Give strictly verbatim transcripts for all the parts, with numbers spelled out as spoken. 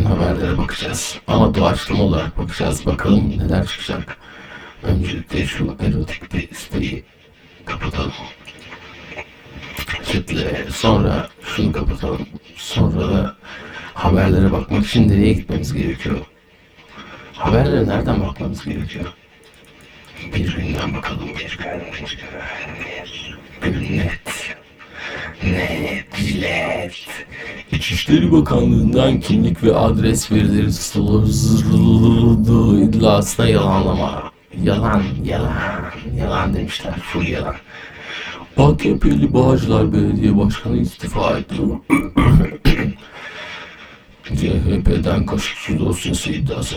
haberlere bakacağız. Ama doğaçlama olarak bakacağız. Bakalım neler çıkacak. Öncelikle şu erotik bir siteyi kapatalım. Kitle. Sonra şunu kapatalım. Sonra da haberlere bakmak için nereye gitmemiz gerekiyor? Haberlere nereden bakmamız gerekiyor? Bir günden bakalım. Bir gün, bir gün. Bir net. Net, jilet. İçişleri Bakanlığı'ndan kimlik ve adres verileri sorulduğu iddiasına yalanlama. Yalan, yalan, yalan demişler. Full yalan. A K P'li Bağcılar Belediye Başkanı istifa etti. C H P'den Kaşıkçı dosyası iddiası.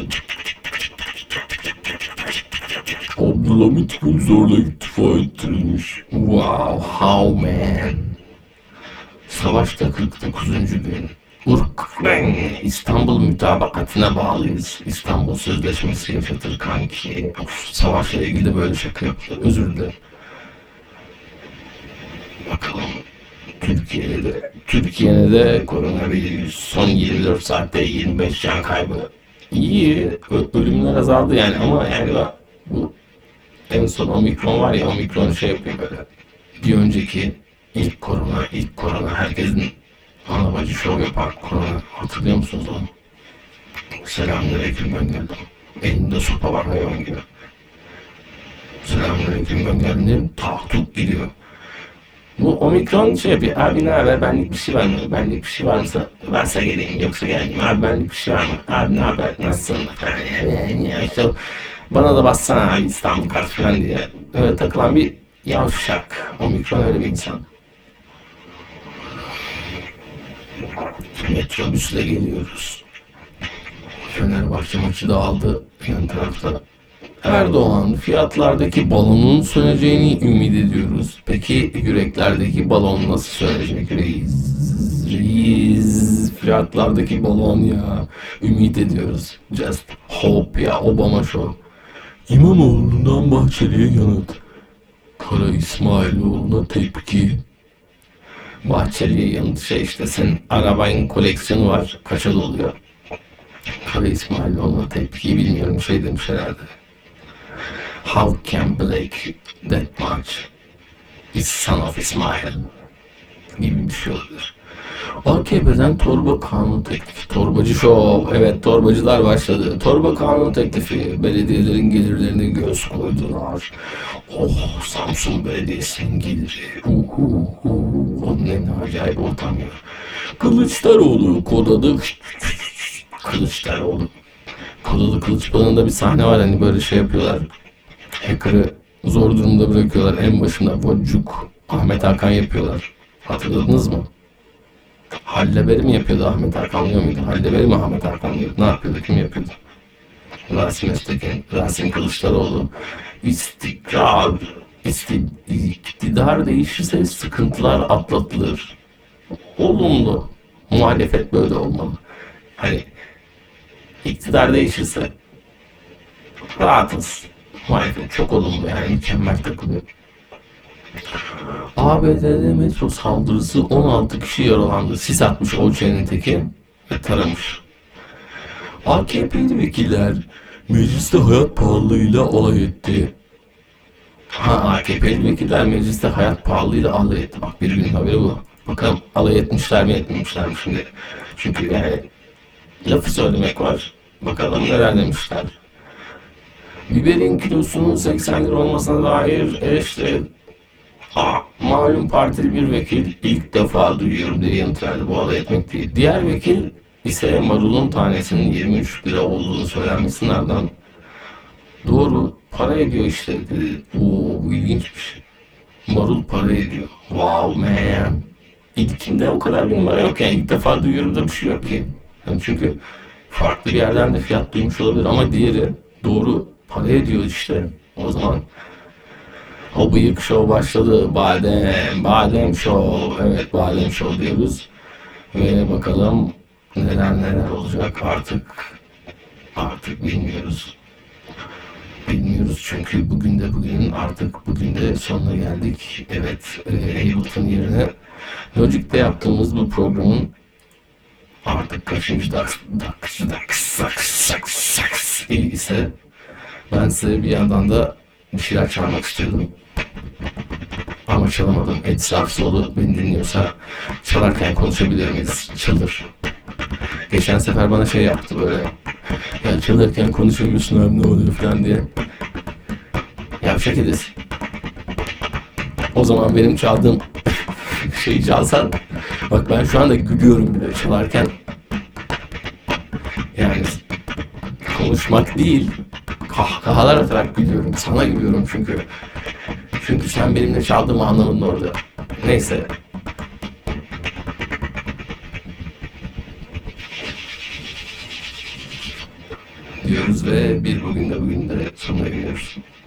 Abdülhamit Gül zorla istifa ettirilmiş. Wow, how man. Savaşta kırk dokuzuncu gün. Urk, ben İstanbul mütabakatine bağlıyız. İstanbul Sözleşmesi yaşatır kanki. Of, savaşla ilgili böyle şaka yaptı. Özür dilerim. Bakalım Türkiye'de de Türkiye'de de koronavirüs son yirmi dört saatte yirmi beş can kaybı. İyi, ölümler azaldı yani ama yani bu en son omikron var ya, omikron şey yapıyor böyle. Bir önceki ilk korona, ilk korona herkesin ana bacı şov yapan korona. Hatırlıyor musunuz onu? Selamünaleyküm, ben geldim. Elinde sopa var hayvan gibi. Selamünaleyküm, ben geldim. Tak tuk gidiyor. Bu omikron şey yapıyor. Abi ne haber? Benlik bir şey var mı? Benlik bir şey varsa varsa geleyim, yoksa gelmeyeyim. Abi benlik bir şey var mı? Abi ne haber? Nasılsın? Ya işte bana da bassana abi İstanbul kart falan diye. Öyle takılan bir yavşak. Omikron öyle bir insan. Metrobüsle geliyoruz. Fenerbahçe maçı da aldı yan tarafta. Erdoğan, fiyatlardaki balonun söneceğini ümit ediyoruz. Peki yüreklerdeki balon nasıl sönecek reis? Reis, fiyatlardaki balon ya. Ümit ediyoruz. Just hope ya, Obama show. İmamoğlu'ndan Bahçeli'ye yanıt. Kara İsmailoğlu'na tepki. Bahçeli'ye yanıt şey işte, senin arabanın koleksiyonu var. Kaça doluyor? Kara İsmailoğlu'na tepkiyi bilmiyorum, şey demiş herhalde. How can Blake that much? Is son of İsmail gibi bir şey olabilir. A K P'den torba kanun teklifi. Torbacı şov. Evet, torbacılar başladı. Torba kanun teklifi. Belediyelerin gelirlerine göz koydular. Oh, Samsun Belediyesi'nin geliri. Uhu, uhu. Onun en acayip ortam ya. Kılıçdaroğlu kodadı. Kılıçdaroğlu. Kodalı Kılıç Balı'nda bir sahne var, hani böyle şey yapıyorlar. Hacker'ı zor durumda bırakıyorlar. En başında Vocuk, Ahmet Hakan yapıyorlar. Hatırladınız mı? Halleberi mi yapıyordu, Ahmet Hakan diyor muydu? Halleberi mi, Ahmet Hakan diyordu? Ne yapıyordu? Kim yapıyordu? Rasim Öztekin, Rasim Kılıçdaroğlu. İstikrar, isti, iktidar değişirse sıkıntılar atlatılır. Olumlu. Muhalefet böyle olmalı. Hani iktidar değişirse rahatız. Muhalefet çok olumlu yani, mükemmel takılıyor. A B D'de metro saldırısı, on altı kişi yaralandı. Sis atmış Olçay'ın teki ve taramış. A K P'li vekiller mecliste hayat pahalılığıyla alay etti. Ha, A K P'li vekiller mecliste hayat pahalılığıyla alay etti. Bak, bir gün haberi bu. Bakalım alay etmişler mi etmemişler mi şimdi. Çünkü yani lafı söylemek var. Bakalım neler demişler. Biberin kilosunun seksen lira olmasına dair eleştiri. Aa, malum partili bir vekil ilk defa duyuyorum diye yanıt verdi. Bu alay etmek değil. Diğer vekil ise marulun tanesinin yirmi üç lira olduğunu söylenmesinden doğru, para ediyor işte dedi. Oo, bu ilginçmiş. Marul para ediyor. Wow man. İlkinde o kadar bir numara yok yani, ilk defa duyuyorum da bir şey yok ki. Yani çünkü farklı bir yerden de fiyat duymuş olabilir ama diğeri doğru para ediyor işte. O zaman o bıyık show başladı. Badem, badem show. Evet, badem show diyoruz. Ve bakalım neler neler olacak artık. Artık bilmiyoruz. Bilmiyoruz çünkü bugün de bugünün artık bugün de sonuna geldik. Evet, e, Ableton yerine Logic'te yaptığımız bu programın artık kaçıncı daks, daks, daks, daks, daks, daks ise ben size bir yandan da bir şeyler çalmak istiyordum. Ama çalamadım. Etraf dolu, beni dinliyorsa çalarken konuşabilir miyiz? Çıldır. Geçen sefer bana şey yaptı böyle. Ya çalarken konuşamıyorsun abi, ne oluyor falan diye. Yavşak edesi. O zaman benim çaldığım şeyi çalsan, bak ben şu anda gülüyorum bile çalarken. Yani konuşmak değil, kahkahalar atarak gülüyorum. Sana gülüyorum çünkü. Çünkü sen benimle çaldığımı anlamadın orada. Neyse. Diyoruz ve bir bugün de bugün de sonuna geliyoruz.